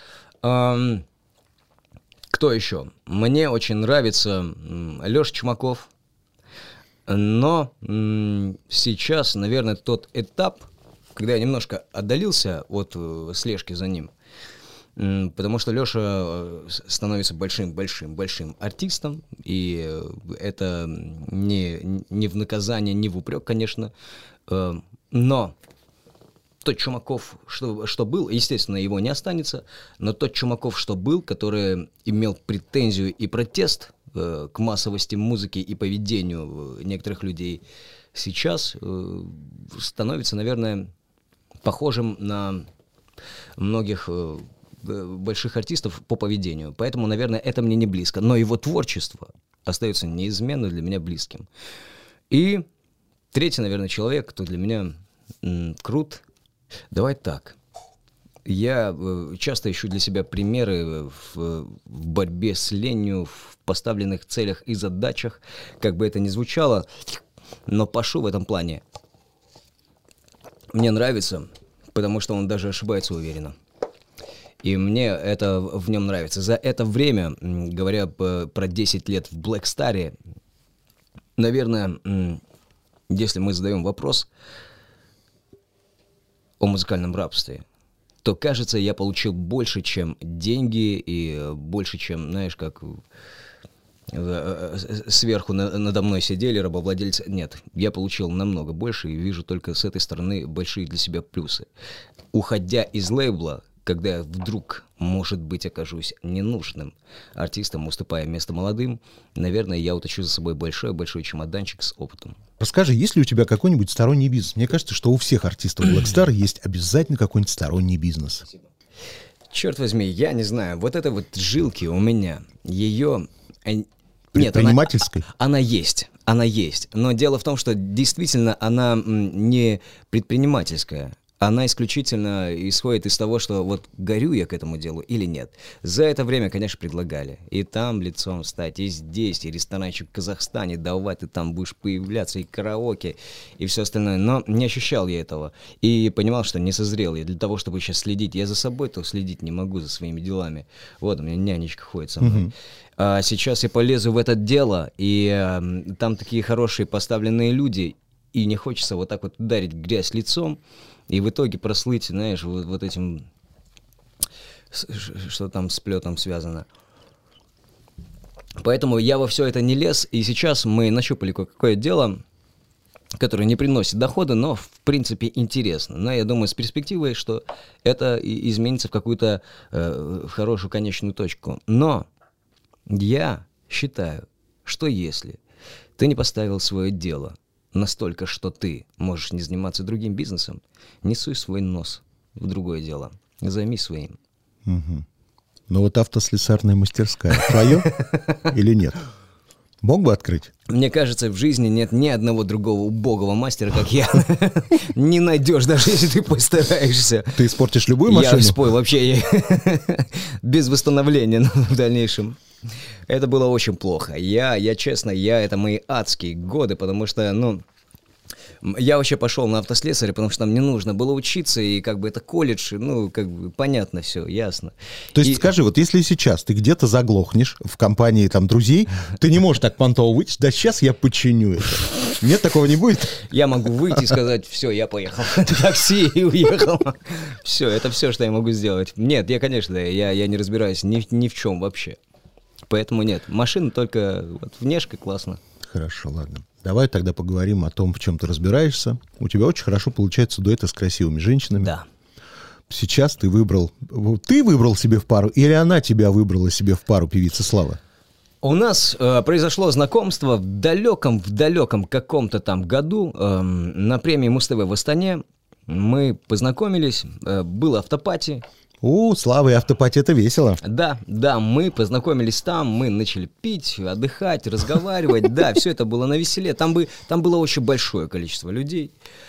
Speaker 3: Кто еще? Мне очень нравится Леша Чумаков. Но сейчас, наверное, тот этап, когда я немножко отдалился от слежки за ним, потому что Леша становится большим артистом, и это не в наказание, не в упрек, конечно, но тот Чумаков, что был, естественно, его не останется, но тот Чумаков, что был, который имел претензию и протест к массовости музыки и поведению некоторых людей, сейчас становится, наверное, похожим на многих больших артистов по поведению. Поэтому, наверное, это мне не близко. Но его творчество остается неизменно для меня близким. И третий, наверное, человек, кто для меня крут. Давай так. Я часто ищу для себя примеры в борьбе с ленью, в поставленных целях и задачах, как бы это ни звучало, но Пашу в этом плане мне нравится, потому что он даже ошибается уверенно. И мне это в нем нравится. За это время, говоря про 10 лет в Black Star, наверное, если мы задаем вопрос о музыкальном рабстве, то, кажется, я получил больше, чем деньги, и больше, чем, знаешь, как сверху надо мной сидели рабовладельцы. Нет, я получил намного больше, и вижу только с этой стороны большие для себя плюсы. Уходя из лейбла, когда я вдруг, может быть, окажусь ненужным артистом, уступая место молодым, наверное, я утащу за собой большой-большой чемоданчик с опытом.
Speaker 2: Расскажи, есть ли у тебя какой-нибудь сторонний бизнес? Мне кажется, что у всех артистов Black Star есть обязательно какой-нибудь сторонний бизнес.
Speaker 3: Спасибо. Черт возьми, я не знаю, вот этой вот жилки у меня, ее...
Speaker 2: Предпринимательской?
Speaker 3: Нет, она есть, но дело в том, что действительно она не предпринимательская. Она исключительно исходит из того, что вот горю я к этому делу или нет. За это время, конечно, предлагали. И там лицом стать, и здесь, и ресторанчик в Казахстане, давай ты там будешь появляться, и караоке, и все остальное. Но не ощущал я этого. И понимал, что не созрел я для того, чтобы сейчас следить. Я за собой то следить не могу, за своими делами. Вот у меня нянечка ходит со мной. А сейчас я полезу в это дело, и там такие хорошие поставленные люди, и не хочется вот так вот ударить грязь лицом, и в итоге прослыть, знаешь, вот этим, что там с плетом связано. Поэтому я во все это не лез, и сейчас мы нащупали кое-какое дело, которое не приносит дохода, но, в принципе, интересно. Но я думаю, с перспективой, что это изменится в какую-то хорошую конечную точку. Но я считаю, что если ты не поставил свое дело настолько, что ты можешь не заниматься другим бизнесом, не суй свой нос в другое дело. Займись своим.
Speaker 2: Угу. Ну вот автослесарная мастерская твое или нет? Мог бы открыть?
Speaker 3: Мне кажется, в жизни нет ни одного другого убогого мастера, как я. Не найдешь, даже если ты постараешься.
Speaker 2: Ты испортишь любую машину?
Speaker 3: Я спой вообще без восстановления в дальнейшем. Это было очень плохо. Я честно, это мои адские годы, потому что, я вообще пошел на автослесаря, потому что там не нужно было учиться, и как бы это колледж, понятно все, ясно.
Speaker 2: То есть скажи, вот если сейчас ты где-то заглохнешь в компании там друзей, ты не можешь так понтово выйти, да сейчас я починю это. Нет, такого не будет?
Speaker 3: Я могу выйти и сказать, все, я поехал на такси и уехал. Все, это все, что я могу сделать. Нет, конечно, я не разбираюсь ни в чем вообще. Поэтому нет, машина только внешне классно.
Speaker 2: Хорошо, ладно. Давай тогда поговорим о том, в чем ты разбираешься. У тебя очень хорошо получается дуэты с красивыми женщинами.
Speaker 3: Да.
Speaker 2: Сейчас ты выбрал себе в пару, или она тебя выбрала себе в пару, певица Слава?
Speaker 3: У нас произошло знакомство в далеком каком-то там году на премии Муз-ТВ в Астане. Мы познакомились, был автопати.
Speaker 2: Слава и автопати — это весело.
Speaker 3: Да, мы познакомились там, мы начали пить, отдыхать, разговаривать. Да, все это было навеселе. Там было очень большое количество людей.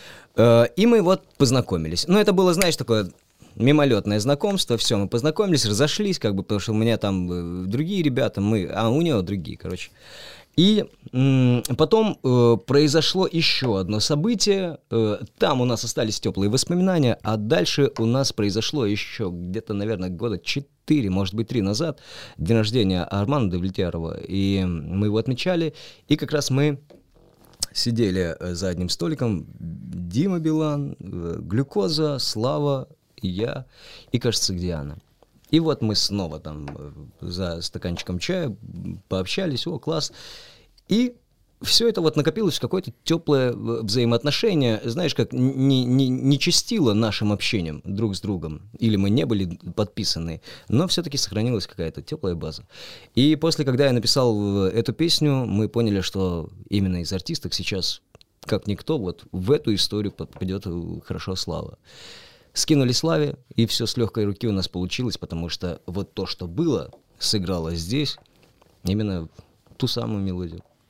Speaker 3: И мы вот познакомились. Но это было, знаешь, такое мимолетное знакомство. Все, мы познакомились, разошлись, потому что у меня там другие ребята, а у него другие, короче. И потом произошло еще одно событие, там у нас остались теплые воспоминания, а дальше у нас произошло еще где-то, наверное, года 4, может быть, 3 назад, день рождения Армана Довлетьярова, и мы его отмечали, и как раз мы сидели за одним столиком, Дима Билан, Глюкоза, Слава, я и, кажется, Диана. И вот мы снова там за стаканчиком чая пообщались, класс. И все это вот накопилось в какое-то теплое взаимоотношение, знаешь, как не чистило нашим общением друг с другом, или мы не были подписаны, но все-таки сохранилась какая-то теплая база. И после, когда я написал эту песню, мы поняли, что именно из артисток сейчас, как никто, вот в эту историю попадет хорошо Слава. Скинули Славе, и все с легкой руки у нас получилось, потому что вот то, что было, сыграло здесь именно ту самую мелодию.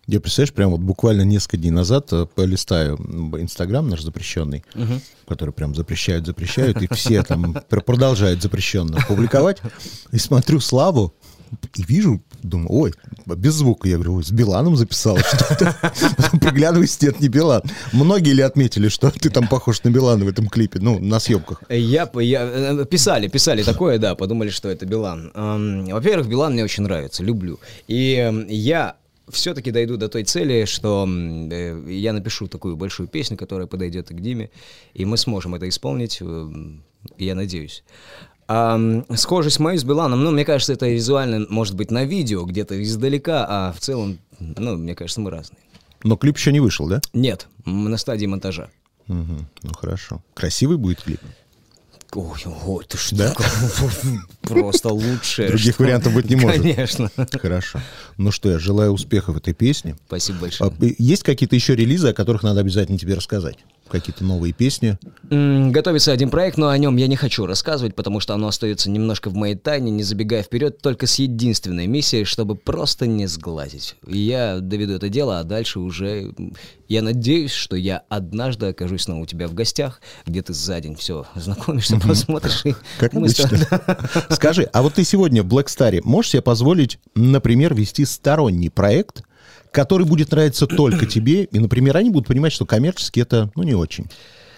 Speaker 2: Я, представляешь, прям вот буквально несколько дней назад полистаю Инстаграм наш запрещенный, который прям запрещают, и все там продолжают запрещенно публиковать. И смотрю Славу, и вижу, думаю, ой, без звука. Я говорю, ой, с Биланом записал что-то. Потом приглядываюсь, нет, не Билан. Многие ли отметили, что ты там похож на Билана в этом клипе, ну, на съемках?
Speaker 3: Писали такое, да, подумали, что это Билан. Во-первых, Билан мне очень нравится, люблю. И я все-таки дойду до той цели, что я напишу такую большую песню, которая подойдет и к Диме, и мы сможем это исполнить, я надеюсь. Схожесть мою с Биланом, ну, мне кажется, это визуально, может быть, на видео, где-то издалека, а в целом, ну, мне кажется, мы разные.
Speaker 2: Но клип еще не вышел, да?
Speaker 3: Нет, на стадии монтажа.
Speaker 2: Угу, ну, хорошо. Красивый будет клип?
Speaker 3: Ой, ты что?
Speaker 2: Да?
Speaker 3: Просто лучше.
Speaker 2: Других вариантов быть не может.
Speaker 3: Конечно.
Speaker 2: Хорошо. Ну что, я желаю успехов в этой песне.
Speaker 3: Спасибо большое.
Speaker 2: Есть какие-то еще релизы, о которых надо обязательно тебе рассказать? Какие-то новые песни?
Speaker 3: Готовится один проект, но о нем я не хочу рассказывать, потому что оно остается немножко в моей тайне, не забегая вперед, только с единственной миссией, чтобы просто не сглазить. И я доведу это дело, а дальше уже... Я надеюсь, что я однажды окажусь снова у тебя в гостях, где ты за день все знакомишься, посмотришь.
Speaker 2: Как обычно. Скажи, а вот ты сегодня в Black Star можешь себе позволить, например, вести сторонний проект, который будет нравиться только тебе, и, например, они будут понимать, что коммерчески это, ну, не очень?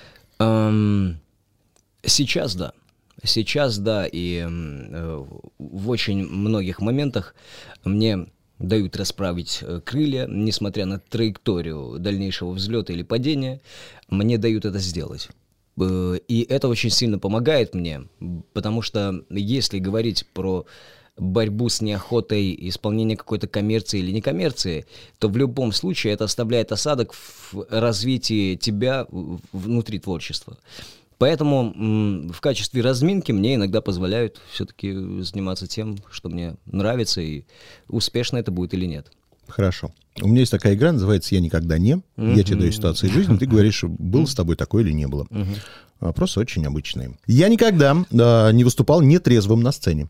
Speaker 3: Сейчас да. Сейчас да, и в очень многих моментах мне дают расправить крылья, несмотря на траекторию дальнейшего взлета или падения, мне дают это сделать. И это очень сильно помогает мне, потому что если говорить про борьбу с неохотой, исполнение какой-то коммерции или некоммерции, то в любом случае это оставляет осадок в развитии тебя внутри творчества. Поэтому в качестве разминки мне иногда позволяют все-таки заниматься тем, что мне нравится, и успешно это будет или нет.
Speaker 2: Хорошо. У меня есть такая игра, называется «Я никогда не». Я тебе даю ситуации жизни, ты говоришь, было с тобой такое или не было. Вопросы очень обычные. Я никогда не выступал нетрезвым на сцене.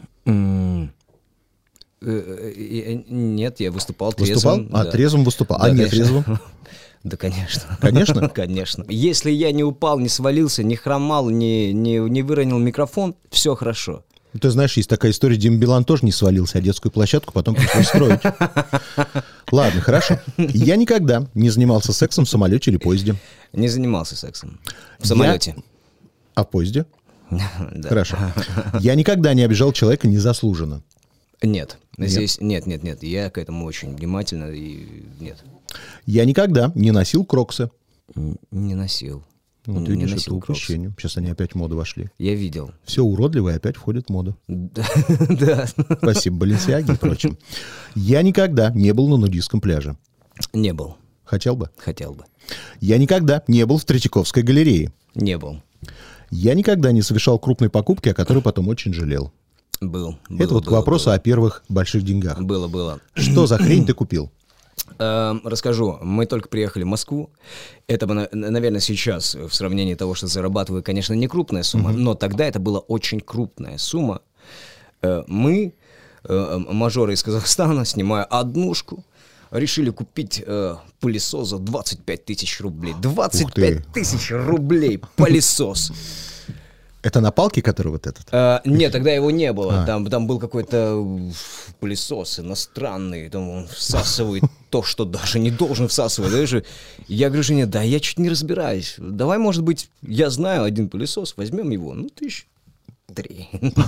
Speaker 3: Нет, я выступал трезвым.
Speaker 2: Выступал? Трезвым выступал. Да, нетрезвым?
Speaker 3: Да, конечно.
Speaker 2: Конечно?
Speaker 3: Конечно. Если я не упал, не свалился, не хромал, не выронил микрофон, все хорошо.
Speaker 2: Ты знаешь, есть такая история, Дима Билан тоже не свалился, а детскую площадку потом пришлось строить. Ладно, хорошо. Я никогда не занимался сексом в самолете или поезде.
Speaker 3: Не занимался сексом в самолете.
Speaker 2: А в поезде?
Speaker 3: Да.
Speaker 2: Хорошо. Я никогда не обижал человека незаслуженно.
Speaker 3: Нет. Здесь нет. Я к этому очень внимательно и нет.
Speaker 2: Я никогда не носил кроксы.
Speaker 3: Не носил.
Speaker 2: Вот видишь, это упущение. Сейчас они опять в моду вошли.
Speaker 3: Я видел.
Speaker 2: Все уродливое опять входит в моду.
Speaker 3: Да.
Speaker 2: Спасибо Баленсиаге и прочим. Я никогда не был на нудистском пляже.
Speaker 3: Не был.
Speaker 2: Хотел бы?
Speaker 3: Хотел бы.
Speaker 2: Я никогда не был в Третьяковской галерее.
Speaker 3: Не был.
Speaker 2: Я никогда не совершал крупной покупки, о которой потом очень жалел.
Speaker 3: Был.
Speaker 2: Это вот к вопросу о первых больших деньгах.
Speaker 3: Было.
Speaker 2: Что за хрень ты купил?
Speaker 3: Расскажу. Мы только приехали в Москву. Это, наверное, сейчас в сравнении того, что зарабатываю, конечно, не крупная сумма, но тогда это была очень крупная сумма. Мы, мажоры из Казахстана, снимая однушку, решили купить пылесос за 25 тысяч рублей. 25 тысяч рублей пылесос.
Speaker 2: Это на палке, который вот этот?
Speaker 3: Нет, тогда его не было. Там был какой-то пылесос иностранный. Там он всасывает то, что даже не должен всасывать. Я говорю жене, да я чуть не разбираюсь. Давай, может быть, я знаю один пылесос, возьмем его. 1003.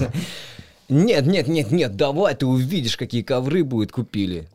Speaker 3: Нет, давай, ты увидишь, какие ковры будет, купили.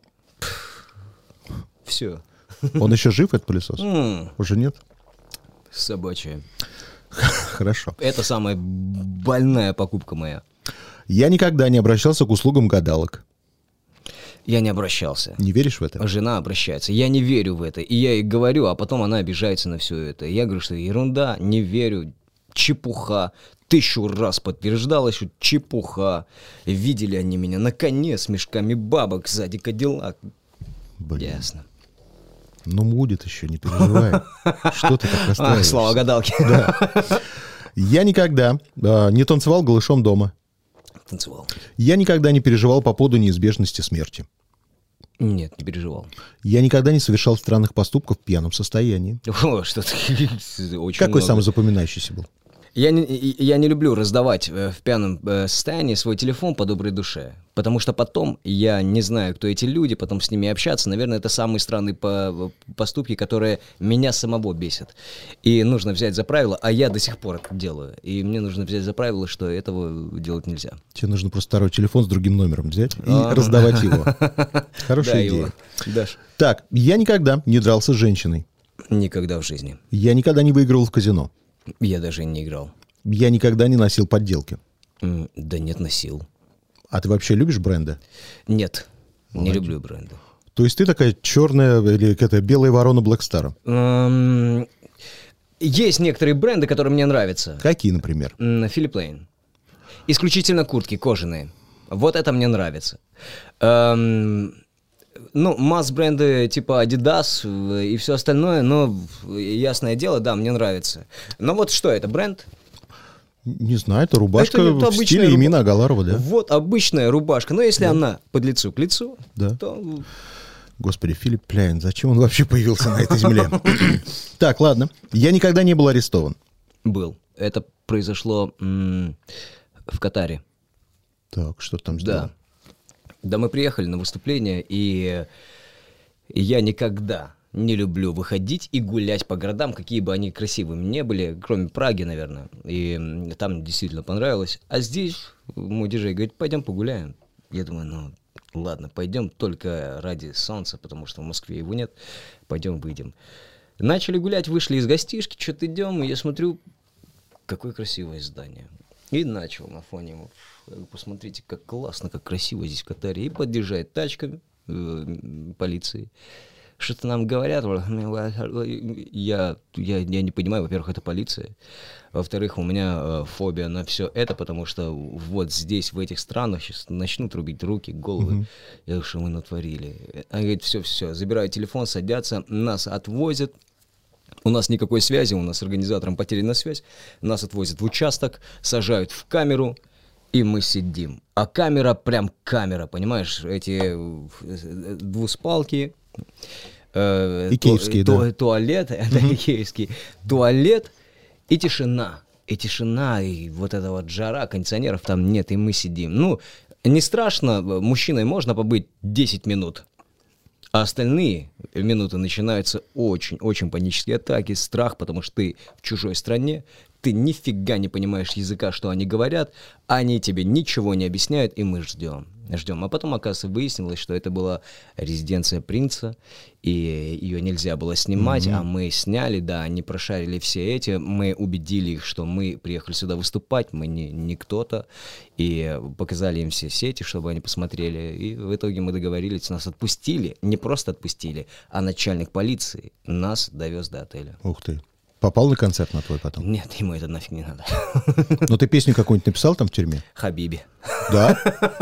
Speaker 3: Все.
Speaker 2: Он еще жив, этот пылесос? Уже нет?
Speaker 3: Собачья.
Speaker 2: Хорошо.
Speaker 3: Это самая больная покупка моя.
Speaker 2: Я никогда не обращался к услугам гадалок.
Speaker 3: Я не обращался.
Speaker 2: Не веришь в это?
Speaker 3: Жена обращается. Я не верю в это. И я ей говорю, а потом она обижается на все это. Я говорю, что ерунда, не верю, чепуха. 1000 раз подтверждалось, что чепуха. Видели они меня на коне с мешками бабок сзади Кадиллак.
Speaker 2: Блин.
Speaker 3: Ясно.
Speaker 2: Ну, будет еще, не переживай. Что ты так расстраиваешься?
Speaker 3: Слава гадалки.
Speaker 2: Да. Я никогда не танцевал голышом дома.
Speaker 3: Танцевал.
Speaker 2: Я никогда не переживал по поводу неизбежности смерти.
Speaker 3: Нет, не переживал.
Speaker 2: Я никогда не совершал странных поступков в пьяном состоянии.
Speaker 3: О, что-то очень
Speaker 2: Какой
Speaker 3: много.
Speaker 2: самый запоминающийся был?
Speaker 3: Я не люблю раздавать в пьяном состоянии свой телефон по доброй душе, потому что потом я не знаю, кто эти люди, потом с ними общаться. Наверное, это самые странные поступки, которые меня самого бесят. И нужно взять за правило, а я до сих пор это делаю. И мне нужно взять за правило, что этого делать нельзя.
Speaker 2: Тебе нужно просто второй телефон с другим номером взять и раздавать его. Хорошая идея. Так, я никогда не дрался с женщиной.
Speaker 3: Никогда в жизни.
Speaker 2: Я никогда не выигрывал в казино.
Speaker 3: Я даже не играл.
Speaker 2: Я никогда не носил подделки.
Speaker 3: Да нет, носил.
Speaker 2: А ты вообще любишь бренды?
Speaker 3: Нет, не люблю бренды.
Speaker 2: То есть ты такая черная или какая-то белая ворона Black Star?
Speaker 3: Есть некоторые бренды, которые мне нравятся.
Speaker 2: Какие, например?
Speaker 3: Philipp Plein. Исключительно куртки кожаные. Вот это мне нравится. Ну, масс-бренды типа Adidas и все остальное, но, ясное дело, да, мне нравится. Но вот что это, бренд?
Speaker 2: Не знаю, это рубашка
Speaker 3: это
Speaker 2: в стиле Эмина Агаларова, да?
Speaker 3: Вот обычная рубашка, но если она под лицу к лицу,
Speaker 2: да.
Speaker 3: То...
Speaker 2: Господи, Philipp Plein, зачем он вообще появился на этой земле? Так, ладно. Я никогда не был арестован.
Speaker 3: Был. Это произошло в Катаре.
Speaker 2: Так, что там сделал?
Speaker 3: Да, мы приехали на выступление, и я никогда не люблю выходить и гулять по городам, какие бы они красивыми не были, кроме Праги, наверное. И там действительно понравилось. А здесь мой диджей говорит, пойдем погуляем. Я думаю, ну ладно, пойдем только ради солнца, потому что в Москве его нет. Пойдем, выйдем. Начали гулять, вышли из гостишки, что-то идем, и я смотрю, какое красивое здание. И начал на фоне его. Посмотрите, как классно, как красиво здесь в Катаре. И подъезжает тачка полиции. Что-то нам говорят. Я не понимаю, во-первых, это полиция. Во-вторых, у меня фобия на все это, потому что вот здесь, в этих странах, сейчас начнут рубить руки, головы. Я говорю, что мы натворили. Они говорят, все, забирают телефон, садятся, нас отвозят. У нас никакой связи, у нас с организатором потеряна связь. Нас отвозят в участок, сажают в камеру, и мы сидим. А камера, прям камера, понимаешь? Эти двуспалки.
Speaker 2: И киевские, да.
Speaker 3: Туалет, это киевский. Туалет и тишина. И вот эта вот жара, кондиционеров там нет, и мы сидим. Ну, не страшно, мужчиной можно побыть 10 минут. А остальные минуты начинаются очень панические атаки, страх, потому что ты в чужой стране, ты нифига не понимаешь языка, что они говорят, они тебе ничего не объясняют, и мы ждем. А потом, оказывается, выяснилось, что это была резиденция принца, и ее нельзя было снимать, а мы сняли, да, они прошарили все эти, мы убедили их, что мы приехали сюда выступать, мы не кто-то, и показали им все сети, чтобы они посмотрели, и в итоге мы договорились, нас отпустили, не просто отпустили, а начальник полиции нас довез до отеля.
Speaker 2: Ух ты. Попал на концерт на твой потом?
Speaker 3: Нет, ему это нафиг не надо.
Speaker 2: Но ты песню какую-нибудь написал там в тюрьме?
Speaker 3: Хабиби.
Speaker 2: Да?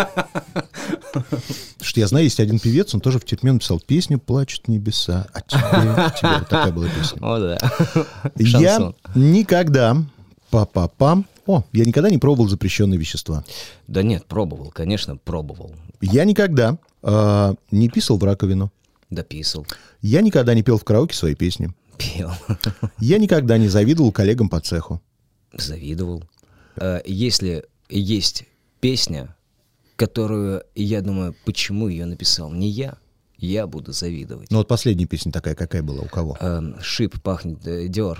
Speaker 2: Что я знаю, есть один певец, он тоже в тюрьме написал песню «Плачут небеса». А тебе вот такая была песня.
Speaker 3: О, да.
Speaker 2: Я никогда... я никогда не пробовал запрещенные вещества.
Speaker 3: Да нет, пробовал, конечно, пробовал.
Speaker 2: Я никогда не писал в раковину.
Speaker 3: Да писал.
Speaker 2: Я никогда не пел в караоке свои песни.
Speaker 3: Пел.
Speaker 2: Я никогда не завидовал коллегам по цеху.
Speaker 3: Завидовал. Если есть песня, которую я думаю, почему ее написал не я буду завидовать.
Speaker 2: Ну вот последняя песня такая, какая была, у кого?
Speaker 3: «Шип пахнет Диор».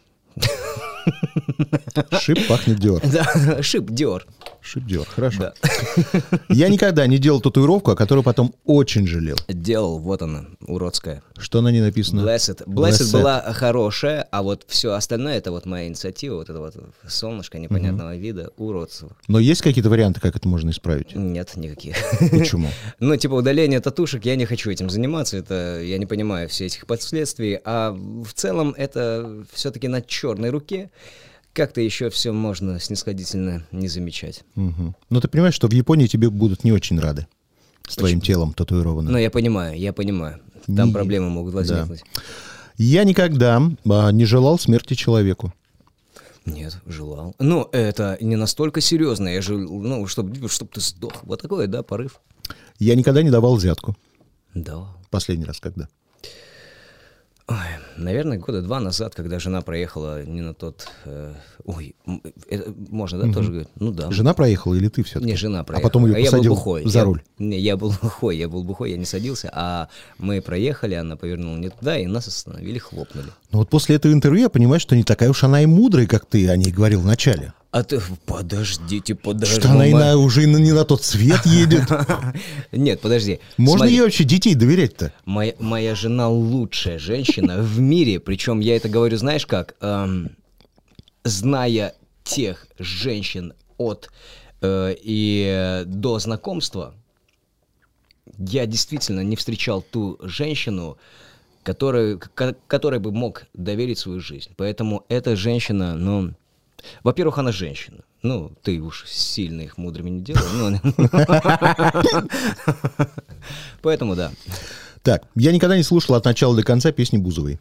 Speaker 2: «Шип пахнет Диор».
Speaker 3: Да, «Шип Диор».
Speaker 2: «Шип Диор», хорошо.
Speaker 3: Да.
Speaker 2: Я никогда не делал татуировку, о которой потом очень жалел.
Speaker 3: Делал, вот она, уродская.
Speaker 2: Что на ней написано?
Speaker 3: Blessed. Blessed была хорошая, а вот все остальное, это вот моя инициатива, вот это вот солнышко непонятного вида, уродство.
Speaker 2: Но есть какие-то варианты, как это можно исправить?
Speaker 3: Нет, никаких.
Speaker 2: Почему?
Speaker 3: Ну, типа удаление татушек, я не хочу этим заниматься, это я не понимаю все этих последствий, а в целом это все-таки на черной руке. Как-то еще все можно снисходительно не замечать.
Speaker 2: Угу. Но ты понимаешь, что в Японии тебе будут не очень рады с твоим телом татуированным.
Speaker 3: Ну, я понимаю. Там проблемы могут возникнуть.
Speaker 2: Да. Я никогда не желал смерти человеку.
Speaker 3: Нет, желал. Но это не настолько серьезно. Я желал, чтобы ты сдох. Вот такой, да, порыв.
Speaker 2: Я никогда не давал взятку.
Speaker 3: Да.
Speaker 2: Последний раз когда?
Speaker 3: Ой, наверное, 2 года назад, когда жена проехала не на тот... можно, да, тоже говорить? Ну да.
Speaker 2: Жена проехала или ты все-таки?
Speaker 3: Не, жена проехала.
Speaker 2: А потом ее посадил за руль?
Speaker 3: Я был бухой, я не садился, а мы проехали, она повернула не туда, и нас остановили, хлопнули.
Speaker 2: Ну вот после этого интервью я понимаю, что не такая уж она и мудрая, как ты о ней говорил в начале.
Speaker 3: А ты, подождите.
Speaker 2: Что она уже не на тот свет едет?
Speaker 3: Нет, подожди.
Speaker 2: Можно ей вообще детей доверять-то?
Speaker 3: Моя жена лучшая женщина в мире, причем я это говорю, знаешь как, зная тех женщин от и до знакомства, я действительно не встречал ту женщину, которой бы мог доверить свою жизнь. Поэтому эта женщина, ну... Во-первых, она женщина. Ну, ты уж сильно их мудрыми не делай. Поэтому да.
Speaker 2: Так, я никогда не слушал от начала до конца песни Бузовой.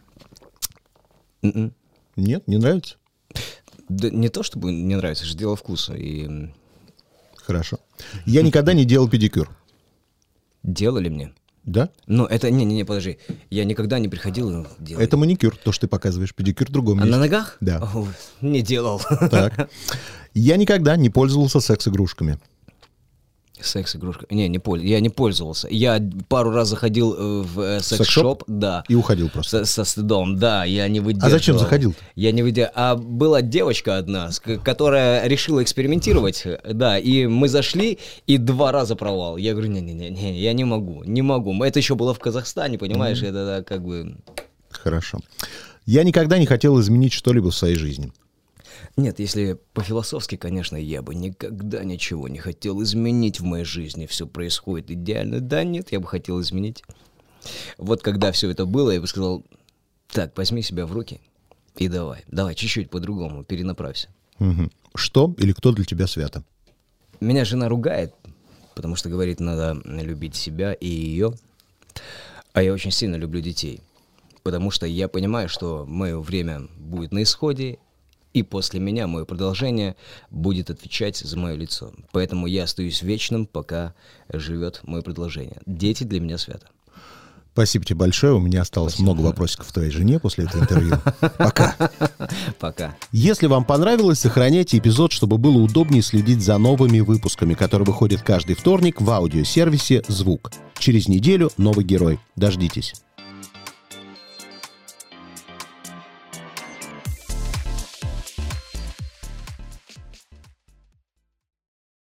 Speaker 2: Нет, не нравится?
Speaker 3: Да не то, чтобы не нравится, это же дело вкуса.
Speaker 2: Хорошо. Я никогда не делал педикюр.
Speaker 3: Делали мне?
Speaker 2: Да?
Speaker 3: Ну, это... Не, подожди. Я никогда не приходил делать.
Speaker 2: Это маникюр, то, что ты показываешь. Педикюр в другом месте.
Speaker 3: А на ногах?
Speaker 2: Да.
Speaker 3: О, не делал.
Speaker 2: Так. Я никогда не пользовался секс-игрушками.
Speaker 3: Секс-игрушка? Я не пользовался. Я пару раз заходил в секс-шоп, да.
Speaker 2: И уходил просто.
Speaker 3: Со стыдом, да, я не выдерживал.
Speaker 2: А зачем заходил?
Speaker 3: Я не выдерживал. А была девочка одна, которая решила экспериментировать, да, и мы зашли, и 2 раза провал. Я говорю, не, я не могу. Это еще было в Казахстане, понимаешь, это как бы...
Speaker 2: Хорошо. Я никогда не хотел изменить что-либо в своей жизни.
Speaker 3: Нет, если по-философски, конечно, я бы никогда ничего не хотел изменить в моей жизни. Все происходит идеально. Да, нет, я бы хотел изменить. Вот когда все это было, я бы сказал, так, возьми себя в руки и давай чуть-чуть по-другому, перенаправься.
Speaker 2: Угу. Что или кто для тебя свято?
Speaker 3: Меня жена ругает, потому что говорит, надо любить себя и ее. А я очень сильно люблю детей, потому что я понимаю, что мое время будет на исходе, и после меня мое продолжение будет отвечать за мое лицо. Поэтому я остаюсь вечным, пока живет мое продолжение. Дети для меня свято.
Speaker 2: Спасибо тебе большое. У меня осталось много вопросиков к твоей жене после этого интервью. Пока.
Speaker 3: Пока.
Speaker 2: Если вам понравилось, сохраняйте эпизод, чтобы было удобнее следить за новыми выпусками, которые выходят каждый вторник в аудиосервисе «Звук». Через неделю новый герой. Дождитесь.